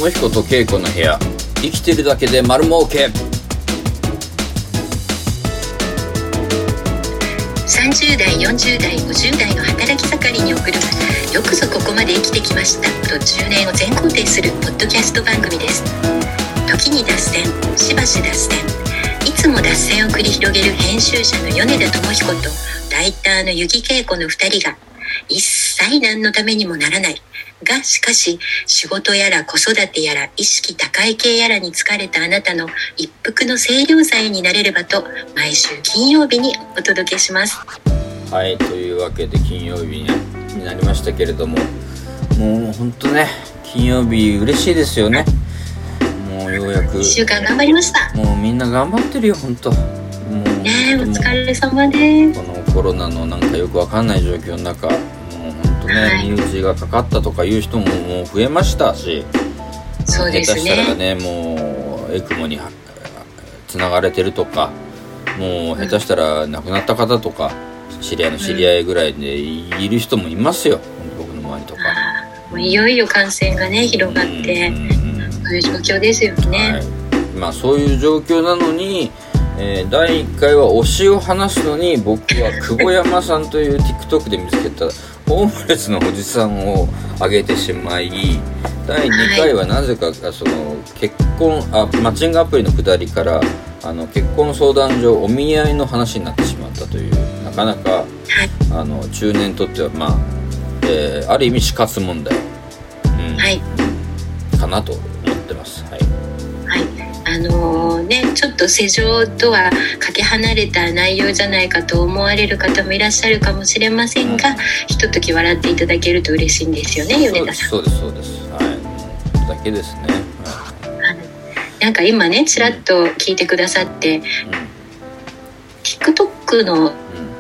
智彦と恵子の部屋、生きてるだけで丸儲け。 30代40代50代の働き盛りに送る、よくぞここまで生きてきましたと中年を全肯定するポッドキャスト番組です。時に脱線、しばし脱線、いつも脱線を繰り広げる編集者の米田智彦とライターの由木恵子の2人が、一切何のためにもならないが、しかし仕事やら子育てやら意識高い系やらに疲れたあなたの一服の清涼剤になれればと、毎週金曜日にお届けします。 はい、というわけで金曜日になりましたけれども、もうほんとね、金曜日嬉しいですよね。もうようやく 1週間頑張りました。 もうみんな頑張ってるよ、ほんと。もうね、お疲れ様です。 このコロナのなんかよくわかんない状況の中、もうほんとね、身内がかかったとかいう人ももう増えましたし、 そうですね、 下手したらね、もうエクモにつながれてるとか、もう下手したら亡くなった方とか、知り合いの知り合いぐらいでいる人もいますよ、僕の周りとか。 もういよいよ感染がね広がって、そういう状況ですよね。 はい、そういう状況なのに、第1回は推しを話すのに、僕は久保山さんという TikTok で見つけたホームレスのおじさんを挙げてしまい、第2回はなぜかその結婚マッチングアプリの下りから結婚相談所お見合いの話になってしまったという、なかなか中年にとってはある意味死活問題、かなと思ってます。はい、 ちょっと世情とはかけ離れた内容じゃないかと思われる方もいらっしゃるかもしれませんが、ひととき笑っていただけると嬉しいんですよね、米田さん。 そうです、そうです。はい、だけですね。 なんか今ね、ちらっと聞いてくださって、TikTok の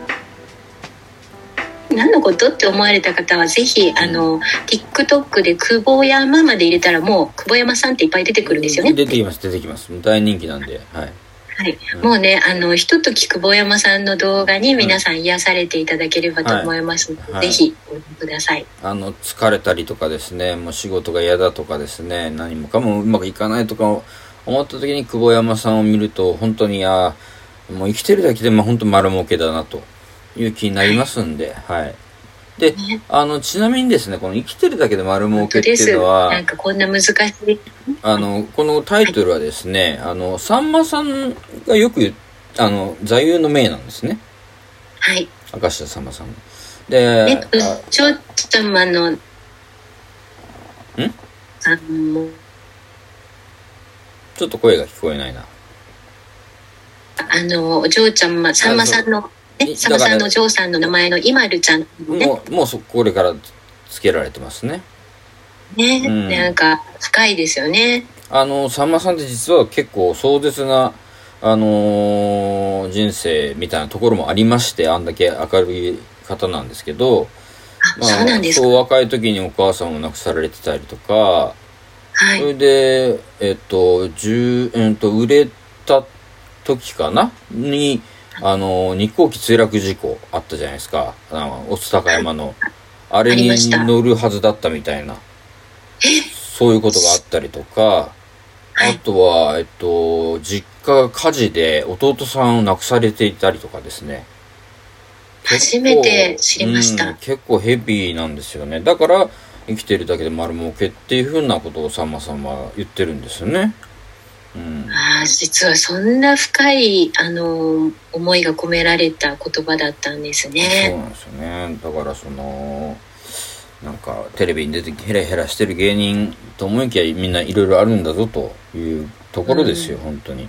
何のことって思われた方はぜひTikTok で久保山まで入れたら、もう久保山さんっていっぱい出てくるんですよね。 出てきます。大人気なんで、 もうね、ひととき久保山さんの動画に皆さん癒されていただければと思いますので、ぜひご覧ください。 疲れたりとかですね、もう仕事が嫌だとかですね、何もかもうまくいかないとか思った時に久保山さんを見ると、本当にもう生きてるだけで本当丸儲けだなという気になりますんで、で、ちなみにですね、この生きてるだけで丸儲けっていうのは、 なんかこんな難しいこのタイトルはですね、さんまさんがよく座右の銘なんですね。 はい。 明石家さんまさんで、 ちょっとちょっと声が聞こえないな。 お嬢ちゃんさんまさんのさんまさんのお嬢さんの名前のいまるちゃん、ね、もうこれから付けられてますね。 なんか深いですよね。 さんまさんって実は結構壮絶な人生みたいなところもありまして、あんだけ明るい方なんですけど、 そうなんですか。 若い時にお母さんを亡くされてたりとか、それで売れた時かなに日航機墜落事故あったじゃないですか。御巣鷹山のあれに乗るはずだったみたいな、そういうことがあったりとか、あとは実家が火事で弟さんを亡くされていたりとかですね。 初めて知りました。 結構ヘビーなんですよね。だから生きてるだけで丸儲けっていうふうなことをさんまさんは言ってるんですよね。 実はそんな深い思いが込められた言葉だったんですね。 そうなんですよね。だからなんかテレビに出てヘラヘラしてる芸人と思いきや、みんないろいろあるんだぞというところですよ、本当に。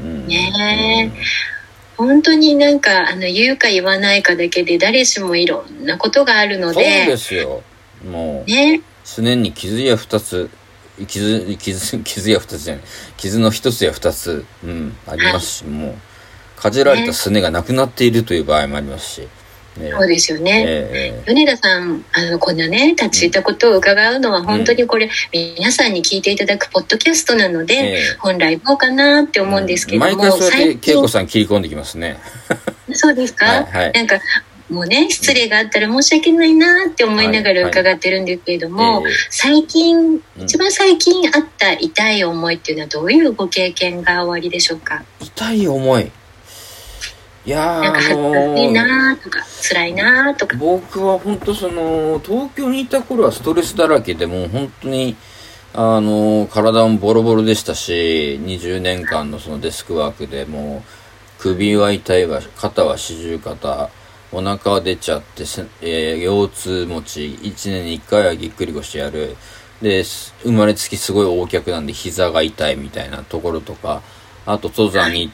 本当になんか言うか言わないかだけで誰しもいろんなことがあるので。 そうですよ。もう常に傷や2つ、傷や2つじゃない、傷の1つや2つ、ありますし、もうかじられたすねがなくなっているという場合もありますし、 そうですよね。米田さんこんなね立ち入ったことを伺うのは本当にこれ、皆さんに聞いていただくポッドキャストなので、本来どうかなって思うんですけども、 毎回そうやって恵子さん切り込んできますね。 そうですか。なんかもうね、失礼があったら申し訳ないなって思いながら伺ってるんですけれども、最近、一番最近あった痛い思いっていうのはどういうご経験がおありでしょうか？ 痛い思い。いやー、 なんか恥ずかしいなとか、辛いなとか。 僕は本当東京にいた頃はストレスだらけで、もう本当に、体もボロボロでしたし、20年間のそのデスクワークでもう、首は痛いわ、肩は四十肩、お腹は出ちゃって、腰痛持ち、1年に1回はぎっくり腰やる。で、生まれつきすごい横脚なんで膝が痛いみたいなところとか、あと登山に行って、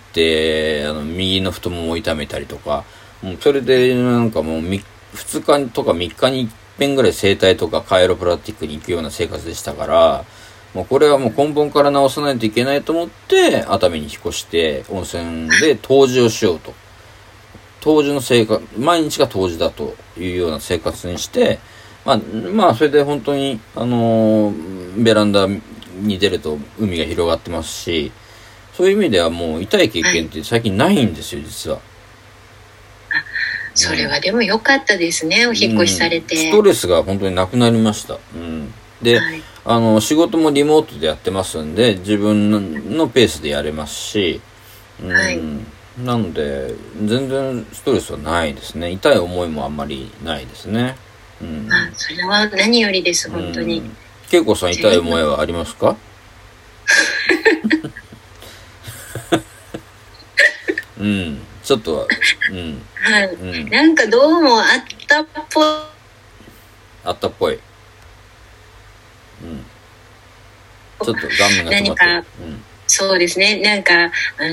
右の太ももを痛めたりとか、もうそれでなんかもう2日とか3日に1遍ぐらい整体とかカイロプラクティックに行くような生活でしたから、もうこれはもう根本から治さないといけないと思って、熱海に引っ越して温泉で湯治をしようと。湯治の生活、毎日が湯治だというような生活にして、まあそれで本当に、ベランダに出ると海が広がってますし、そういう意味ではもう痛い経験って最近ないんですよ、実は。 それはでも良かったですね、お引っ越しされて。 ストレスが本当になくなりました。で、仕事もリモートでやってますんで、自分のペースでやれますし、なので、全然ストレスはないですね。痛い思いもあんまりないですね。 それは何よりです、本当に。 恵子さん、痛い思いはありますか？ちょっとは、 なんかどうもあったっぽい。 あったっぽい。ちょっと顔面が止まってる。 そうですね。なんか、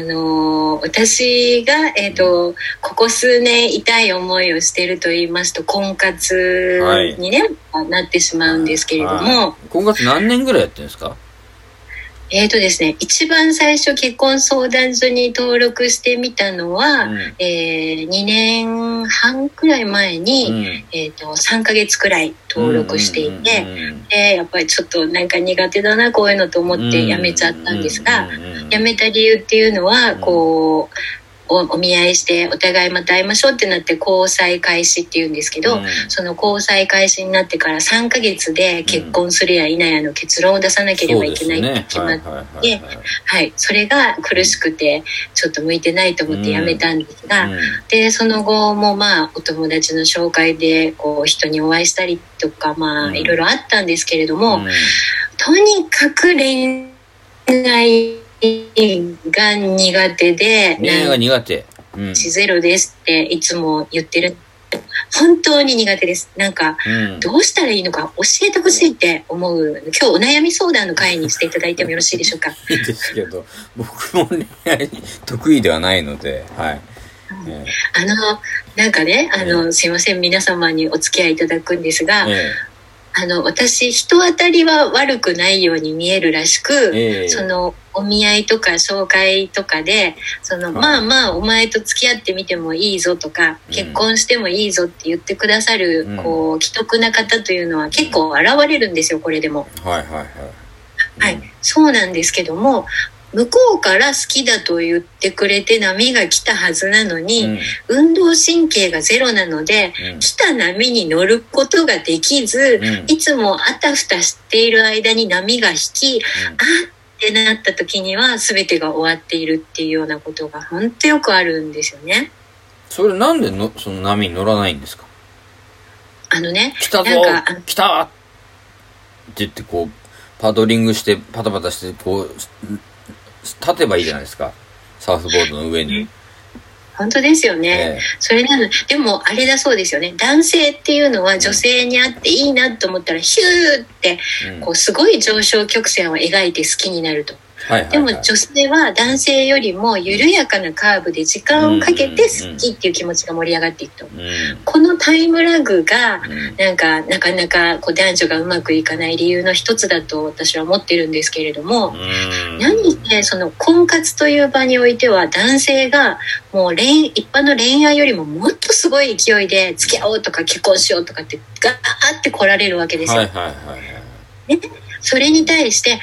私が、ここ数年痛い思いをしていると言いますと、婚活にね、なってしまうんですけれども。 婚活何年ぐらいやってるんですか？ ですね、一番最初結婚相談所に登録してみたのは、2年半くらい前に、3ヶ月くらい登録していて、やっぱりちょっとなんか苦手だなこういうのと思ってやめちゃったんですが、やめた理由っていうのはこうお見合いしてお互いまた会いましょうってなって交際開始っていうんですけど、その交際開始になってから3ヶ月で結婚するや否やの結論を出さなければいけないって決まって、それが苦しくてちょっと向いてないと思ってやめたんですが、でその後もお友達の紹介でこう人にお会いしたりとかいろいろあったんですけれども、とにかく恋愛が苦手で、 恋愛が苦手、 ゼロですっていつも言ってる。本当に苦手です。なんか、どうしたらいいのか教えてほしいって思う。今日お悩み相談の会にしていただいてもよろしいでしょうか？ いいですけど、僕も恋愛得意ではないので、 なんかね、すいません、皆様にお付き合いいただくんですが、私人当たりは悪くないように見えるらしく、そのお見合いとか紹介とかでお前と付き合ってみてもいいぞとか、結婚してもいいぞって言ってくださる、こう既得な方というのは結構現れるんですよ、これでも。そうなんですけども、向こうから好きだと言ってくれて波が来たはずなのに、運動神経がゼロなので、来た波に乗ることができず、いつもあたふたしている間に波が引き、ってなった時には全てが終わっているっていうようなことが本当よくあるんですよね。 それなんでその波に乗らないんですか？来たぞ来たって言ってこうパドリングしてパタパタしてこう立てばいいじゃないですか、サーフボードの上に。 本当ですよね。それなの。でもあれだそうですよね。男性っていうのは女性に会っていいなと思ったらヒューってこうすごい上昇曲線を描いて好きになると。でも女性は男性よりも緩やかなカーブで時間をかけて好きっていう気持ちが盛り上がっていくと。このタイムラグがなかなかこう男女がうまくいかない理由の一つだと私は思ってるんですけれども、何せその婚活という場においては男性がもう一般の恋愛よりももっとすごい勢いで付き合おうとか結婚しようとかってガーって来られるわけですよ。それに対して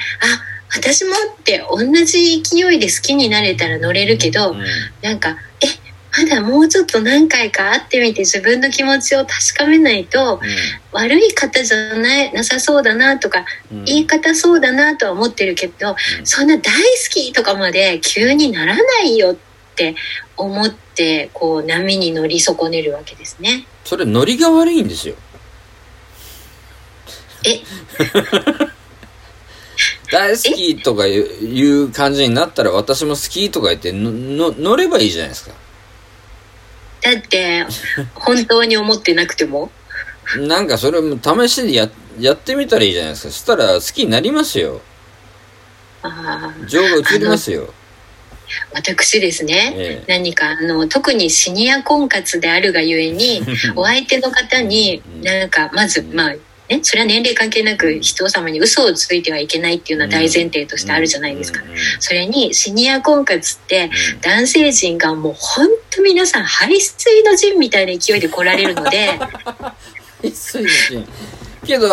私もって同じ勢いで好きになれたら乗れるけど、なんかまだもうちょっと何回か会ってみて自分の気持ちを確かめないと、悪い方じゃなさそうだなとか、言い方そうだなとは思ってるけど、そんな大好きとかまで急にならないよって思ってこう波に乗り損ねるわけですね。 それノリが悪いんですよ。大好きとかいう感じになったら私も好きとか言って乗ればいいじゃないですか。 だって本当に思ってなくてもなんかそれも試しでやってみたらいいじゃないですか。そしたら好きになりますよ。情が移りますよ。 私ですね、何か特にシニア婚活であるがゆえにお相手の方になんかまずそれは年齢関係なく人様に嘘をついてはいけないっていうのは大前提としてあるじゃないですか。それにシニア婚活って男性陣がもう本当皆さん排水の陣みたいな勢いで来られるので排水の陣けど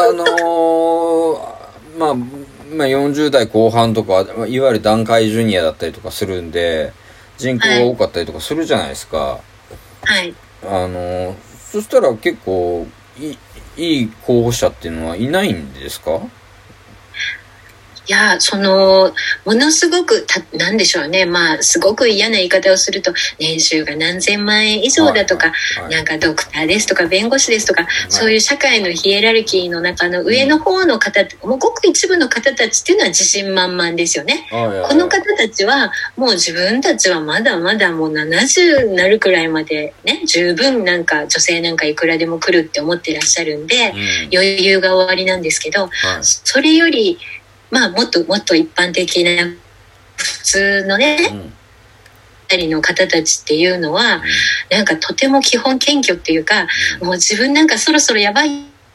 40代後半とかいわゆる団塊ジュニアだったりとかするんで人口が多かったりとかするじゃないですか。 はい。 そしたら結構いい候補者っていうのはいないんですか？ いや、ものすごくなんでしょうね、すごく嫌な言い方をすると年収が何千万円以上だとか、なんかドクターですとか弁護士ですとか、そういう社会のヒエラルキーの中の上の方の方、もうごく一部の方たちっていうのは自信満々ですよね。この方たちはもう自分たちはまだまだもう70になるくらいまでね、十分なんか女性なんかいくらでも来るって思ってらっしゃるんで、余裕が終わりなんですけど、それよりもっと一般的な普通のね、の方たちっていうのは、なんかとても基本謙虚っていうか、もう自分なんかそろそろやばい、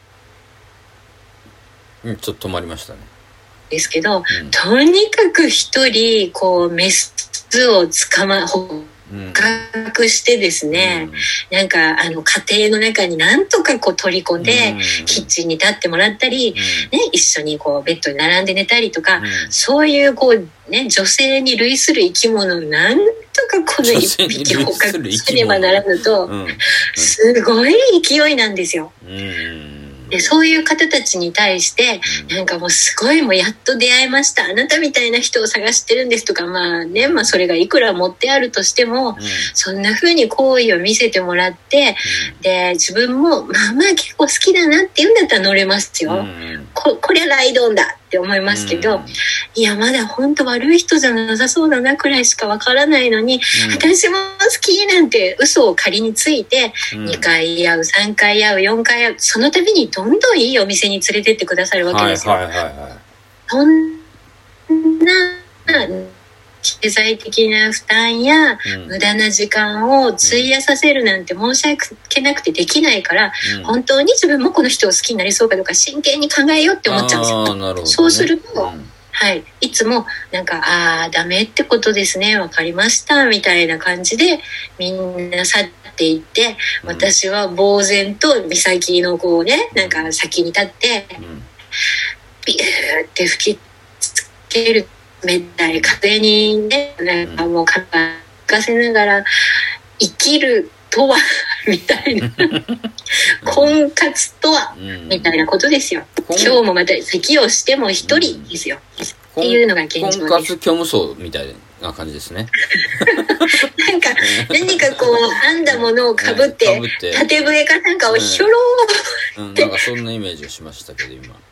ちょっと止まりましたね。 ですけど、とにかく一人こうメスを捕獲してですね、なんか家庭の中になんとかこう取り込んで、キッチンに立ってもらったり、一緒にこうベッドに並んで寝たりとか、そういうこうね、女性に類する生き物をなんとかこの一匹捕獲しねばならぬと、すごい勢いなんですよ。でそういう方たちに対してなんかもうすごいもうやっと出会いました、あなたみたいな人を探してるんですとか、それがいくら持ってあるとしても、そんな風に好意を見せてもらって、で自分も結構好きだなっていうんだったら乗れますよ。これはライドオンだって思いますけど、いやまだ本当悪い人じゃなさそうだなくらいしかわからないのに、私も好きなんて嘘を仮について、2回会う3回会う4回会う、その度にどんどんいいお店に連れてってくださるわけですよ。そんな経済的な負担や無駄な時間を費やさせるなんて申し訳なくてできないから、本当に自分もこの人を好きになりそうかどうか真剣に考えようって思っちゃうんですよ。そうすると、いつもなんかダメってことですね、わかりましたみたいな感じでみんな去っていって、私は呆然と岬のこうね、なんか先に立って、ビューって吹きつける冷たい風にね、なんかもう乾かせながら生きるとはみたいな婚活とはみたいなことですよ。今日もまた咳をしても一人ですよ、っていうのが現状です。 婚活虚無僧みたいな感じですね。 なんか何かこう編んだものをかぶって縦笛かなんかをひょろーって、 なんかそんなイメージをしましたけど今、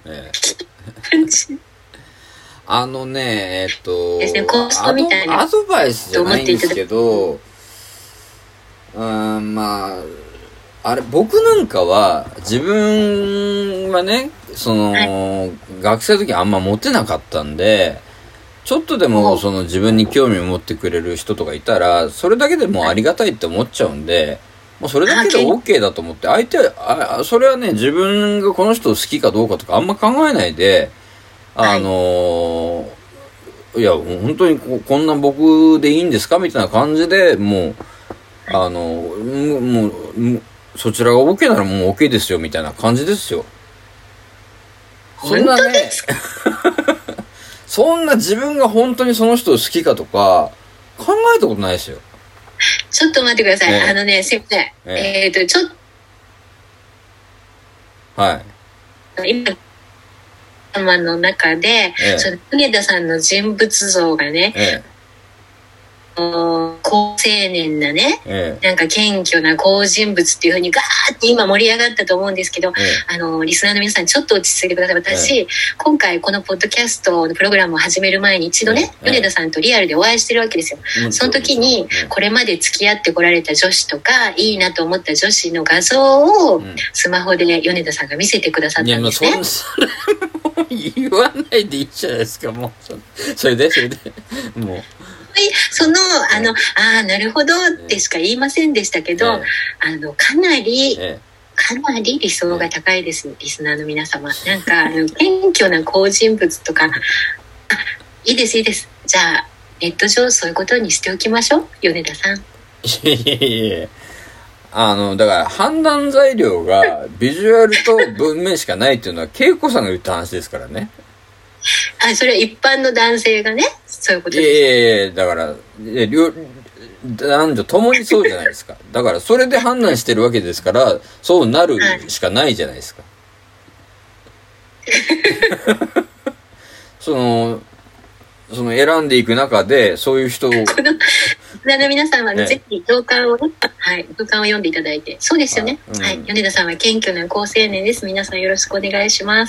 ですね、コストみたいなアドバイスじゃないんですけど、僕なんかは自分はね、学生の時あんまモテなかったんで、ちょっとでも自分に興味を持ってくれる人とかいたらそれだけでもうありがたいって思っちゃうんで、もうそれだけで OK だと思って、相手はそれはね、自分がこの人を好きかどうかとかあんま考えないで、いや本当にこんな僕でいいんですかみたいな感じで、もうそちらが OK ならもう OK ですよみたいな感じですよ。そんなねそんな自分が本当にその人を好きかとか考えたことないですよ。 ちょっと待ってください。 ええすいません。ちょっはいと、今、頭の中で、 ええその米田さんの人物像がね、 え高青年なね、 えなんか謙虚な好人物っていう風にガーって今盛り上がったと思うんですけど、 えリスナーの皆さんちょっと落ち着いてください。私、今回このポッドキャストのプログラムを始める前に一度ね、米田さんとリアルでお会いしてるわけですよ。その時にこれまで付き合ってこられた女子とかいいなと思った女子の画像をスマホで米田さんが見せてくださったんですね。 いや、それもう言わないでいいじゃないですか。もうそれでもうなるほどってしか言いませんでしたけど、かなり理想が高いです、リスナーの皆様。なんか謙虚な好人物とか、いいです。じゃあネット上そういうことにしておきましょう、米田さん。 いやだから判断材料がビジュアルと文面しかないっていうのは恵子さんが言った話ですからね。 それは一般の男性がね、そういうことです。 いやだから男女ともにそうじゃないですか。だからそれで判断してるわけですから、そうなるしかないじゃないですか。その選んでいく中でそういう人を皆さんはぜひ同感を読んでいただいて。そうですよね。米田さんは謙虚な好青年です。皆さんよろしくお願いします。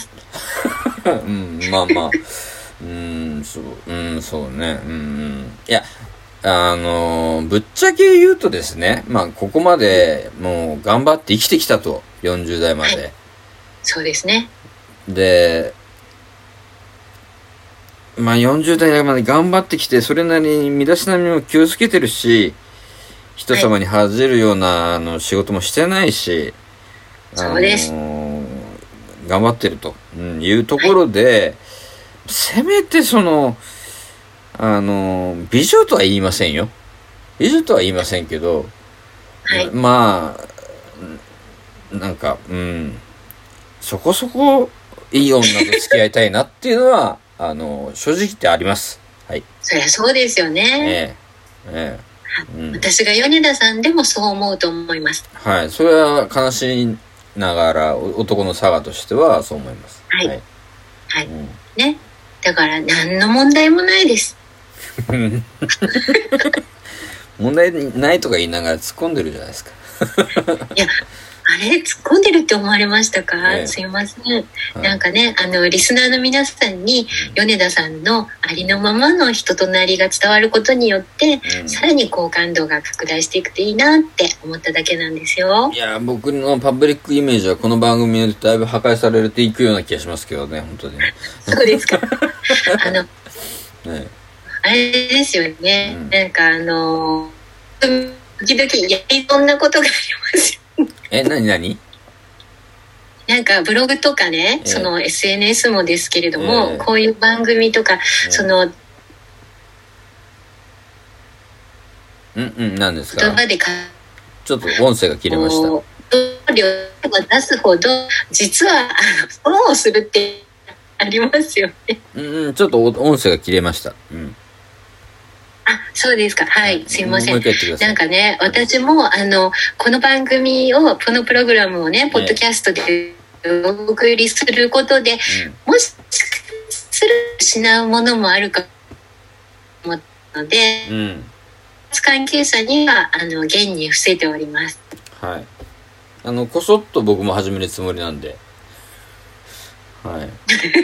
そうね。いや、ぶっちゃけ言うとですね、ここまでもう頑張って生きてきたと、40代まで。 そうですね。 で、40代まで頑張ってきて、それなりに身だしなみも気をつけてるし、人様に恥じるような仕事もしてないし、 そうです。 頑張ってると、いうところで、せめて美女とは言いませんよ。美女とは言いませんけど、なんか、そこそこいい女と付き合いたいなっていうのは、正直言ってあります。はい。 そりゃそうですよね。私が米田さんでもそう思うと思います。 はい。それは悲しいながら男の差がとしてはそう思います。 はい。ね。だから何の問題もないです。 問題ないとか言いながら突っ込んでるじゃないですか。 いや、あれ突っ込んでるって思われましたか？すいません。なんかね、リスナーの皆さんに米田さんのありのままの人となりが伝わることによって、さらに好感度が拡大していくといいなって思っただけなんですよ。いや、僕のパブリックイメージはこの番組によってだいぶ破壊されていくような気がしますけどね、本当に。 そうですか。あれですよね。なんか時々やりそうなことがありますよ。 何なんかブログとかね、その SNS もですけれども、こういう番組とか、 何ですか？ 言葉でちょっと音声が切れました。 量が出すほど実は損をするってありますよね。 ちょっと音声が切れました。 そうですか。はい、すいません。 もう一回言ってください。 なんかね、私もこの番組を、このプログラムをね、ポッドキャストでお送りすることで、もしする失うものもあるかと思ったので、関係者には現に伏せております。 はい。こそっと僕も始めるつもりなんで。はい。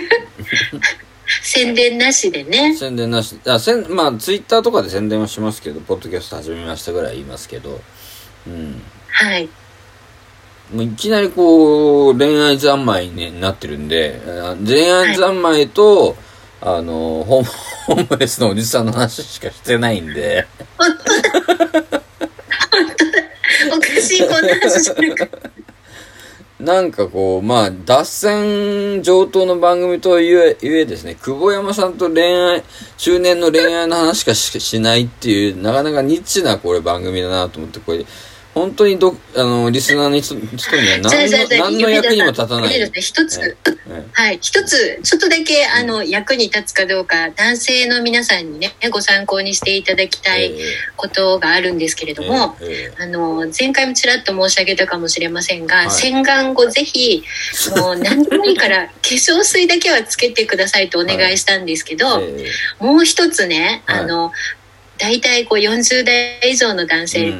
宣伝なしでね。 宣伝なし。ツイッターとかで宣伝はしますけど、ポッドキャスト始めましたぐらい言いますけど。 はい。 もういきなり恋愛三昧になってるんで、恋愛三昧と、ホームレスのおじさんの話しかしてないんで。 本当だ。おかしい、こんな話じゃなくて。 なんか脱線上等の番組とゆえですね、久保山さんと中年の恋愛の話しかしないっていう、なかなかニッチな番組だなと思って、 本当にリスナーの人には何の役にも立たない。 一つ、はい、一つちょっとだけ役に立つかどうか、男性の皆さんにねご参考にしていただきたいことがあるんですけれども、前回もちらっと申し上げたかもしれませんが、洗顔後ぜひもう何でもいいから化粧水だけはつけてくださいとお願いしたんですけど、もう一つね、だいたい40代以上の男性って、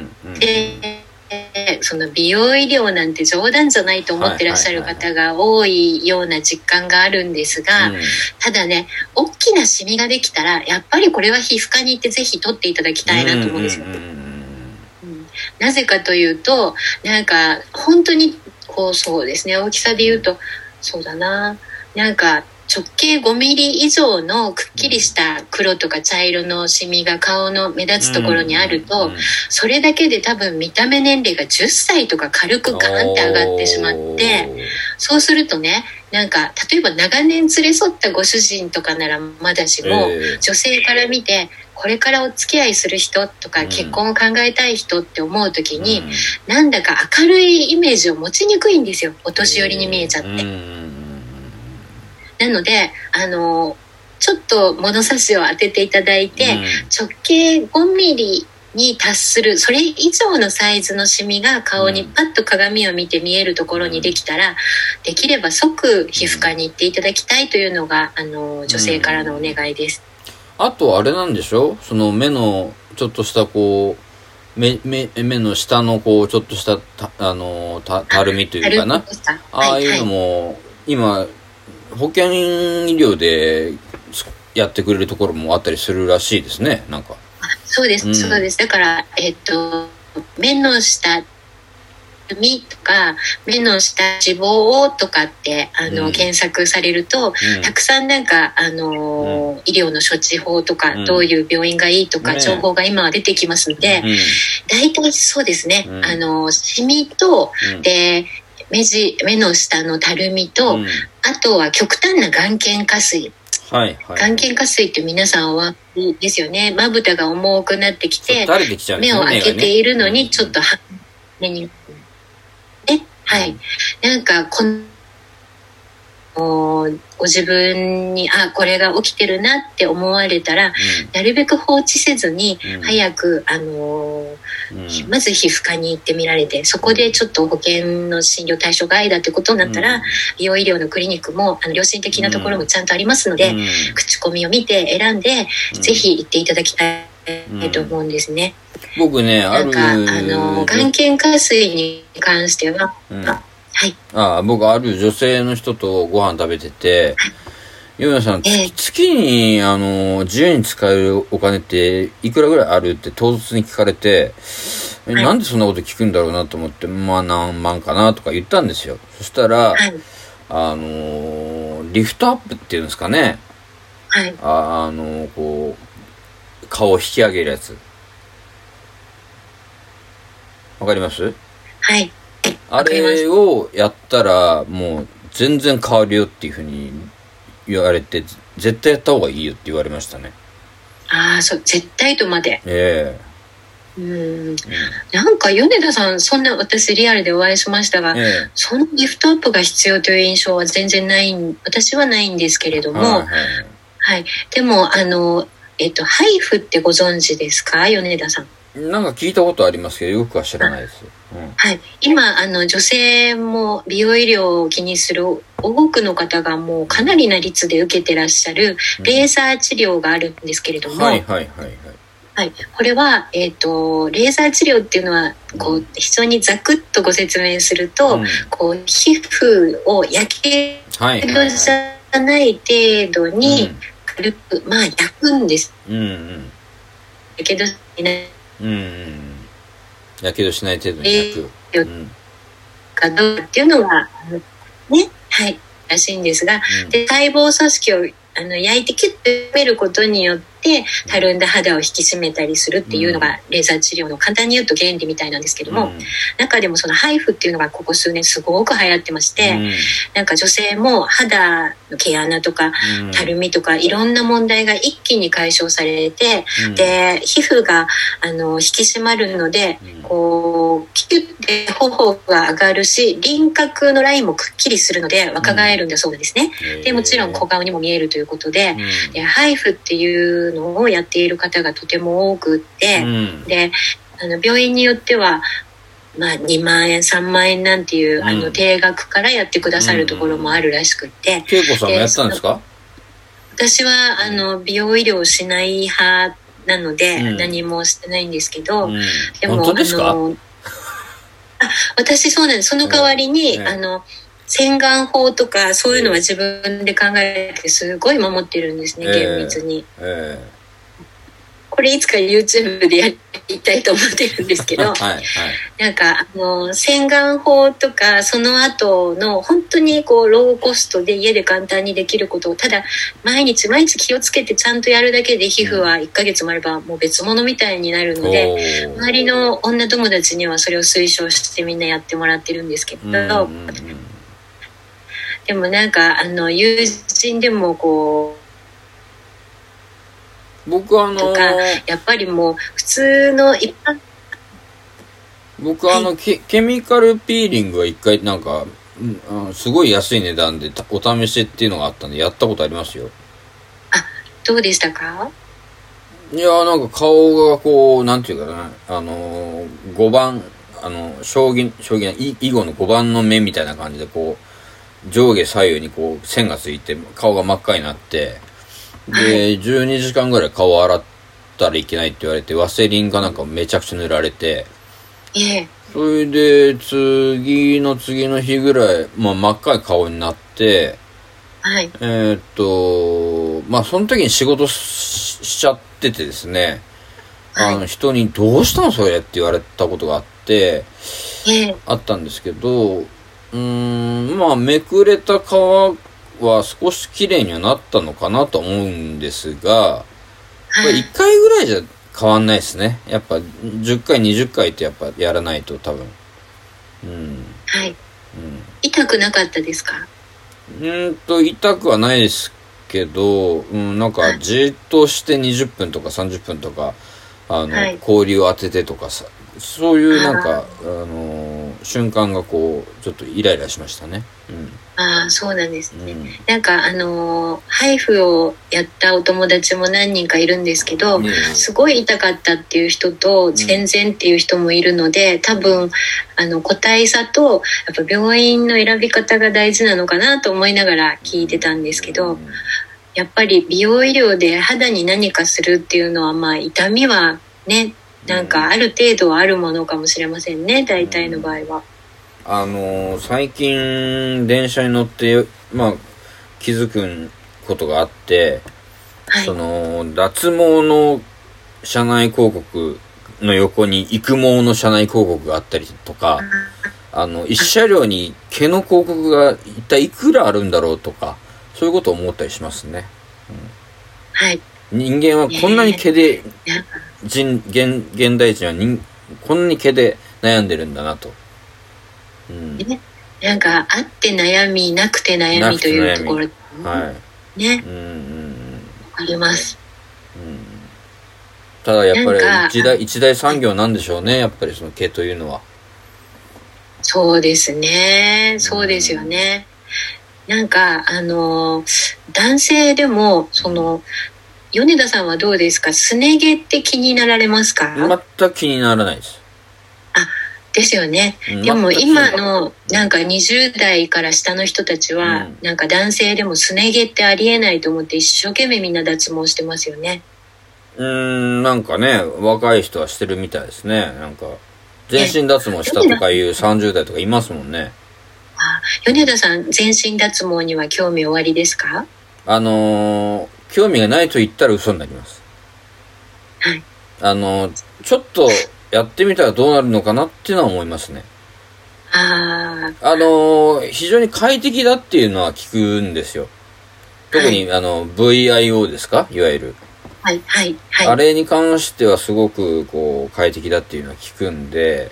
その美容医療なんて冗談じゃないと思ってらっしゃる方が多いような実感があるんですが、ただね、大きなシミができたらやっぱりこれは皮膚科に行ってぜひ取っていただきたいなと思うんですよ。なぜかというと、なんか本当にこう、そうですね、大きさで言うとそうだな、なんか直径5ミリ以上のくっきりした黒とか茶色のシミが顔の目立つところにあると、それだけで多分見た目年齢が10歳とか軽くガーンって上がってしまって、そうするとね、なんか例えば長年連れ添ったご主人とかならまだしも、女性から見てこれからお付き合いする人とか結婚を考えたい人って思う時に、なんだか明るいイメージを持ちにくいんですよ、お年寄りに見えちゃって。なのでちょっと物差しを当てていただいて、直径5ミリに達するそれ以上のサイズのシミが顔にパッと鏡を見て見えるところにできたら、できれば即皮膚科に行っていただきたいというのが女性からのお願いです。 あとあれなんでしょ、その目のちょっとしたこう目の下のこうちょっとしたたるみというかな、ああいうのも、今保険医療でやってくれるところもあったりするらしいですね。なんかそうです、そうです。だから目の下みとか目の下脂肪とかって検索されると、たくさんなんか医療の処置法とか、どういう病院がいいとか、情報が今は出てきますので、大体そうですね、シミと、で目の下のたるみと、あとは極端な眼瞼下垂、眼瞼下垂って皆さんはですよね。まぶたが重くなってきて、目を開けているのにちょっと目になんかご自分にこれが起きてるなって思われたら、なるべく放置せずに、早くまず皮膚科に行ってみられて、そこでちょっと保険の診療対象外だってことになったら、美容医療のクリニックも良心的なところもちゃんとありますので、口コミを見て選んで、ぜひ行っていただきたいと思うんですね。 僕ね、 なんか眼瞼下垂に関しては、 僕ある女性の人とご飯食べてて、ヨネさん、月に自由に使えるお金っていくらぐらいあるって唐突に聞かれて、なんでそんなこと聞くんだろうなと思って、まあ何万かなとか言ったんですよ。そしたら、リフトアップっていうんですかね、こう顔を引き上げるやつ、わかります？あれをやったらもう全然変わるよっていうふうに言われて、絶対やった方がいいよって言われましたね。 そう、絶対とまで。なんか米田さん、そんな、私リアルでお会いしましたが、そのリフトアップが必要という印象は全然ない、私はないんですけれども、でもハイフってご存知ですか、米田さん？ なんか聞いたことありますけど、よくは知らないです。 今女性も美容医療を気にする多くの方がもうかなりな率で受けてらっしゃるレーザー治療があるんですけれども、これは、レーザー治療っていうのはこう非常にざくっとご説明すると、こう皮膚をやけどじゃない程度に軽く、焼くんです。やけどしないやけどしない程度に焼くかどうかっていうのはらしいんですが、で細胞組織を焼いてキュッと埋めることによってってたるんだ肌を引き締めたりするっていうのがレーザー治療の簡単に言うと原理みたいなんですけども、中でもそのハイフっていうのがここ数年すごく流行ってまして、なんか女性も肌の毛穴とかたるみとかいろんな問題が一気に解消されて、で皮膚が引き締まるのでこうキュッて頬が上がるし、輪郭のラインもくっきりするので若返るんだそうですね。でもちろん小顔にも見えるということで、ハイフっていうのをやっている方がとても多くって、で病院によっては2万円3万円なんていう定額からやってくださるところもあるらしくって、 恵子さんもやったんですか？ 私は美容医療をしない派なので、何もしてないんですけど、でも本当ですか？ 私そうなんです。その代わりに、洗顔法とかそういうのは自分で考えてすごい守ってるんですね、厳密に。これいつか YouTube でやりたいと思ってるんですけど、なんか洗顔法とかその後の本当にこうローコストで家で簡単にできることをただ毎日気をつけてちゃんとやるだけで皮膚は1ヶ月もあればもう別物みたいになるので、周りの女友達にはそれを推奨してみんなやってもらってるんですけど、でもなんか友人でもこう僕とかやっぱりもう普通の一般僕ケミカルピーリングは一回なんか、すごい安い値段でお試しっていうのがあったんでやったことありますよ。 どうでしたか？ いやなんか顔がこうなんていうかな5番将棋囲碁の5番の目みたいな感じでこう上下左右にこう線がついて顔が真っ赤になって、で12時間ぐらい顔を洗ったらいけないって言われてワセリンかなんかめちゃくちゃ塗られて、それで次の日ぐらい、真っ赤い顔になって、その時に仕事 しちゃっててですね、人にどうしたのそれって言われたことがあって、あったんですけど、めくれた皮は少し綺麗にはなったのかなと思うんですが、1回ぐらいじゃ変わんないですね。やっぱ10回20回ってやっぱやらないと多分。 痛くなかったですか？ 痛くはないですけど、なんかじっとして20分とか30分とか氷を当ててとかさ、そういうなんか瞬間がこうちょっとイライラしましたね。 そうなんですね。なんかハイフをやったお友達も何人かいるんですけど、すごい痛かったっていう人と全然っていう人もいるので、多分個体差とやっぱ病院の選び方が大事なのかなと思いながら聞いてたんですけど、やっぱり美容医療で肌に何かするっていうのは痛みはね、なんかある程度はあるものかもしれませんね、大体の場合は。 最近電車に乗って気づくことがあって、その脱毛の車内広告の横に育毛の車内広告があったりとか、一車両に毛の広告が一体いくらあるんだろうとか、そういうことを思ったりしますね。人間はこんなに毛で、現代人はこんなに毛で悩んでるんだなと。 なんかあって悩みなくて悩みというところあります。 ただやっぱり一大産業なんでしょうね、やっぱりその毛というのは。 そうですね、そうですよね。なんか男性でも米田さんはどうですか？すね毛って気になられますか？ 全く気にならないです。 ですよね。でも今のなんか20代から下の人たちは、なんか男性でもすね毛ってありえないと思って一生懸命みんな脱毛してますよね。 なんかね、若い人はしてるみたいですね。なんか全身脱毛したとかいう30代とかいますもんね。 米田さん、全身脱毛には興味おありですか？ 興味がないと言ったら嘘になります。ちょっとやってみたらどうなるのかなっていうのは思いますね。非常に快適だっていうのは聞くんですよ。特にVIO ですか、いわゆる。 はいはいはい。 あれに関してはすごくこう快適だっていうのは聞くんで、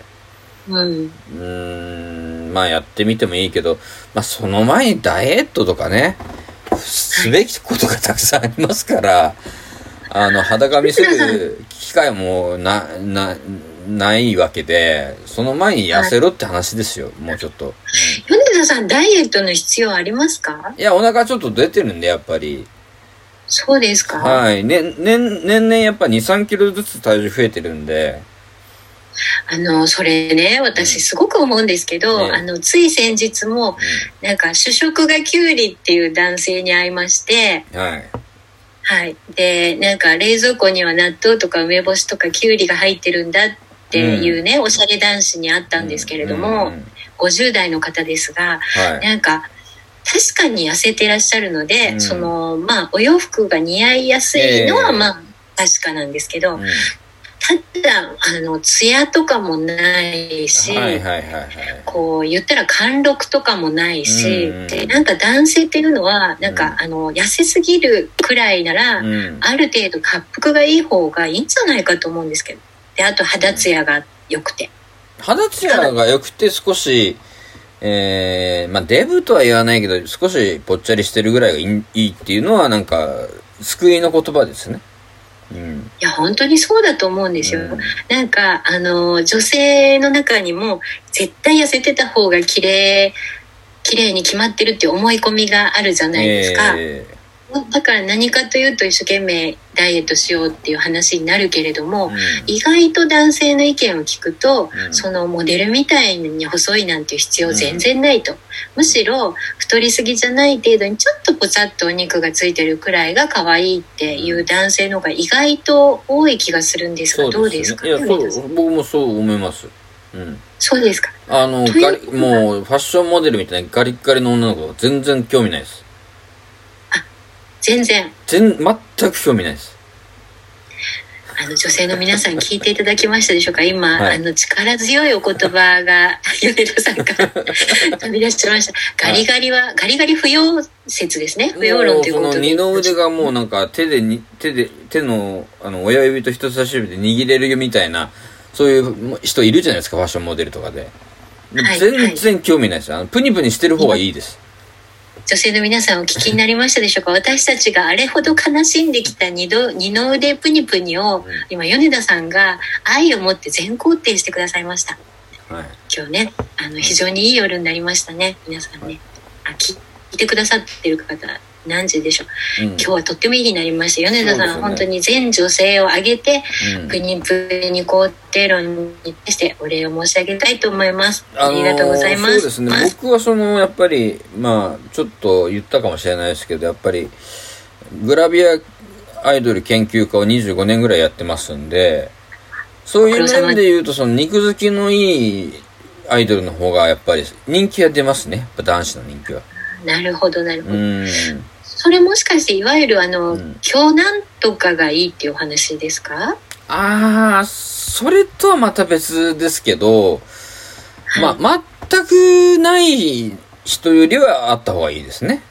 まあやってみてもいいけど、まあその前にダイエットとかね、すべきことがたくさんありますから、裸見せる機会もないわけで、その前に痩せろって話ですよ、もうちょっと。 米田さん、ダイエットの必要ありますか？ いや、お腹ちょっと出てるんで、やっぱり。 そうですか？ はい。年々やっぱ2、3キロずつ体重増えてるんで。 それね、私すごく思うんですけど、つい先日も、なんか主食がキュウリっていう男性に会いまして、 はい。 はい。で、なんか冷蔵庫には納豆とか梅干しとかキュウリが入ってるんだっていうね、おしゃれ男子に会ったんですけれども、50代の方ですが、なんか、確かに痩せてらっしゃるので、まあ、お洋服が似合いやすいのは、まあ、確かなんですけど、ただ、ツヤとかもないし、こう、言ったら貫禄とかもないし、で、なんか男性っていうのは、なんか、痩せすぎるくらいなら、ある程度、恰幅がいい方がいいんじゃないかと思うんですけど。で、あと、肌ツヤが良くて。 肌ツヤが良くて少し、まあ、デブとは言わないけど、少しぽっちゃりしてるぐらいがいいっていうのは、なんか、救いの言葉ですね。 いや、本当にそうだと思うんですよ。なんか、女性の中にも、絶対痩せてた方が綺麗に決まってるっていう思い込みがあるじゃないですか。だから何かというと一生懸命ダイエットしようっていう話になるけれども、意外と男性の意見を聞くと、そのモデルみたいに細いなんていう必要全然ないと、むしろ太りすぎじゃない程度にちょっとぽちゃっとお肉がついてるくらいが可愛いっていう男性の方が意外と多い気がするんですが、どうですか？ いや、僕もそう思います。 そうですか。 もうファッションモデルみたいなガリッガリの女の子は全然興味ないです。 全然全く興味ないです。 女性の皆さん聞いていただきましたでしょうか？今、力強いお言葉が米田さんから飛び出しちゃいました。ガリガリ不要説ですね。不要論ということで。 その二の腕がもうなんか手の親指と人差し指で握れるみたいな、そういう人いるじゃないですか、ファッションモデルとかで。全然興味ないです。プニプニしてる方がいいです。 女性の皆さんお聞きになりましたでしょうか？私たちがあれほど悲しんできた二の腕プニプニを、今米田さんが愛を持って全肯定してくださいました。今日ね、非常にいい夜になりましたね、皆さんね。聞いてくださってる方何時でしょう、今日はとってもいい日になりました。米田さん、本当に全女性を挙げて、プニプニ肯定論に対してお礼を申し上げたいと思います。ありがとうございます。 そうですね、僕はやっぱりまあちょっと言ったかもしれないですけど、やっぱりグラビアアイドル研究家を25年ぐらいやってますんで、そういう面で言うとその肉付きのいいアイドルの方がやっぱり人気が出ますね、やっぱ男子の人気は。 なるほどなるほど。それもしかしていわゆる強男とかがいいっていうお話ですか？ それとはまた別ですけど、全くない人よりはあった方がいいですね。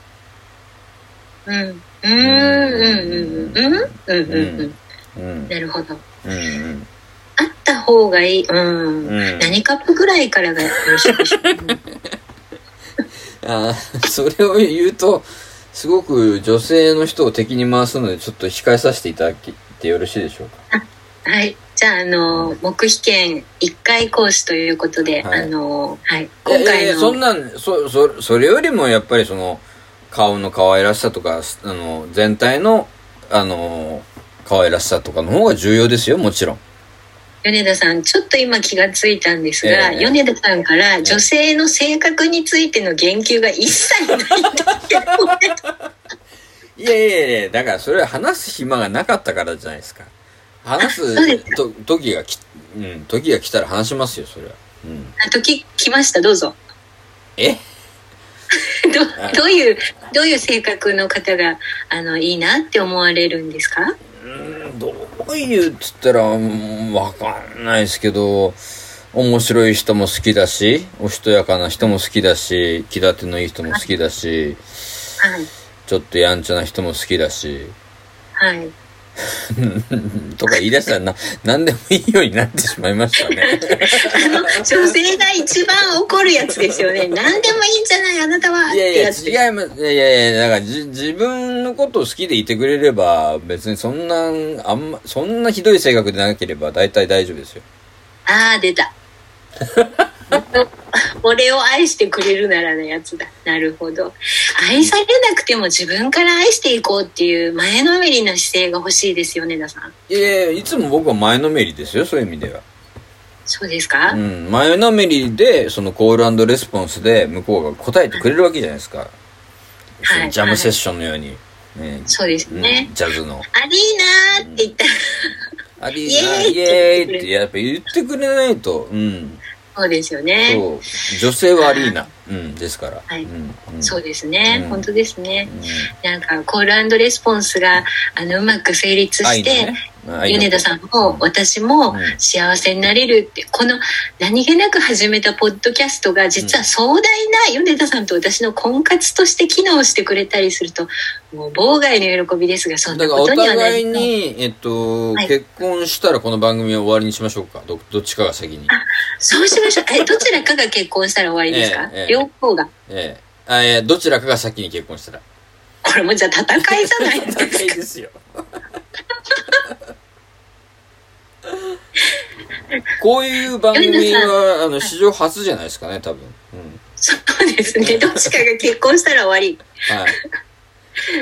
なるほど。あった方がいい。何カップぐらいからがよろしいでしょう？ それを言うとすごく女性の人を敵に回すのでちょっと控えさせていただいてよろしいでしょうか？ はい、じゃあ黙秘権1回行使ということで、今回のそれよりもやっぱりその顔の可愛らしさとか全体の可愛らしさとかの方が重要ですよ、もちろん。 米田さん、ちょっと今気がついたんですが、米田さんから女性の性格についての言及が一切ないんだっていや、だからそれは話す暇がなかったからじゃないですか。話す時が来たら話しますよ、それは。 時来ました、どうぞ。どういう性格の方がいいなって思われるんですか？ どういうっつったらわかんないですけど、面白い人も好きだし、おしとやかな人も好きだし、気立てのいい人も好きだし、ちょっとやんちゃな人も好きだし、 とか言い出したら何でもいいようになってしまいましたね。 女性が一番怒るやつですよね。何でもいいんじゃないあなたは。 いやいや違います。いやだから自分のことを好きでいてくれれば別にそんなひどい性格でなければ大体大丈夫ですよ。 ああ出た。俺を愛してくれるならのやつだ。なるほど。愛されなくても自分から愛していこうっていう前のめりな姿勢が欲しいですよね、田さん。 いやいつも僕は前のめりですよ、そういう意味では。 そうですか？ 前のめりでそのコール&レスポンスで向こうが答えてくれるわけじゃないですか。はい、ジャムセッションのように。 そうですね。 ジャズの。 アリーナーって言ったら、 アリーナーイエーイってやっぱ言ってくれないと。 そうですよね。 そう女性はアリーナ、ですから、 はいそうですね、本当ですね、なんかコール&レスポンスがうまく成立して、米田さんも私も幸せになれるって、この何気なく始めたポッドキャストが実は壮大な米田さんと私の婚活として機能してくれたりするともう妨害の喜びですが、そんなことにはなだからお互いいに、結婚したらこの番組は終わりにしましょうか。どっちかが先に。 そうしましょう。どちらかが結婚したら終わりですか？両方が。 どちらかが先に結婚したら。 これもじゃあ戦いじゃないですか。 戦いですよ。こういう番組は史上初じゃないですかね、多分。 そうですね。どっちかが結婚したら終わり。はい。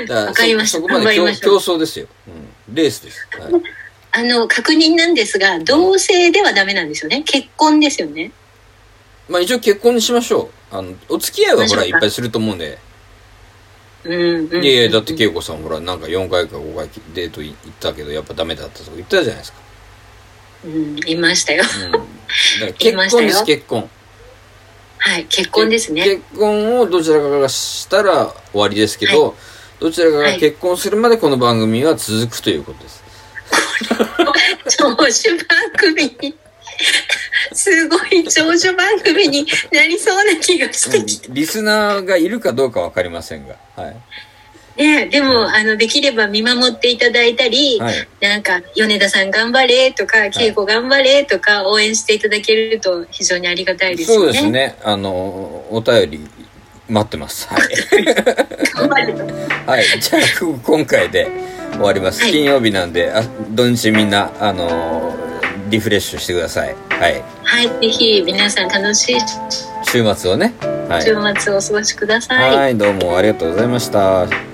わかりました。 そこまで競争ですよ。レースです。 確認なんですが、同性ではダメなんですよね。結婚ですよね。 まあ一応結婚にしましょう。お付き合いはほらいっぱいすると思うんで。いやだって恵子さんほらなんか4回か5回デート行ったけどやっぱダメだったとか言ったじゃないですか。 言いましたよ。 だから結婚です、結婚。 はい、結婚ですね。 結婚をどちらかがしたら終わりですけど、どちらかが結婚するまでこの番組は続くということです。 長寿番組にすごい長寿番組になりそうな気がしてきた。 リスナーがいるかどうかわかりませんが、 ね、でも、できれば見守っていただいたり、なんか米田さん頑張れとか恵子頑張れとか応援していただけると非常にありがたいですよね。 そうですね。お便り待ってます。はい。 頑張れと。 はい。じゃあ今回で終わります。金曜日なんで土日みんなリフレッシュしてください。はい。 はい。ぜひ皆さん楽しい週末をね。 週末をお過ごしください。 はい。どうもありがとうございました。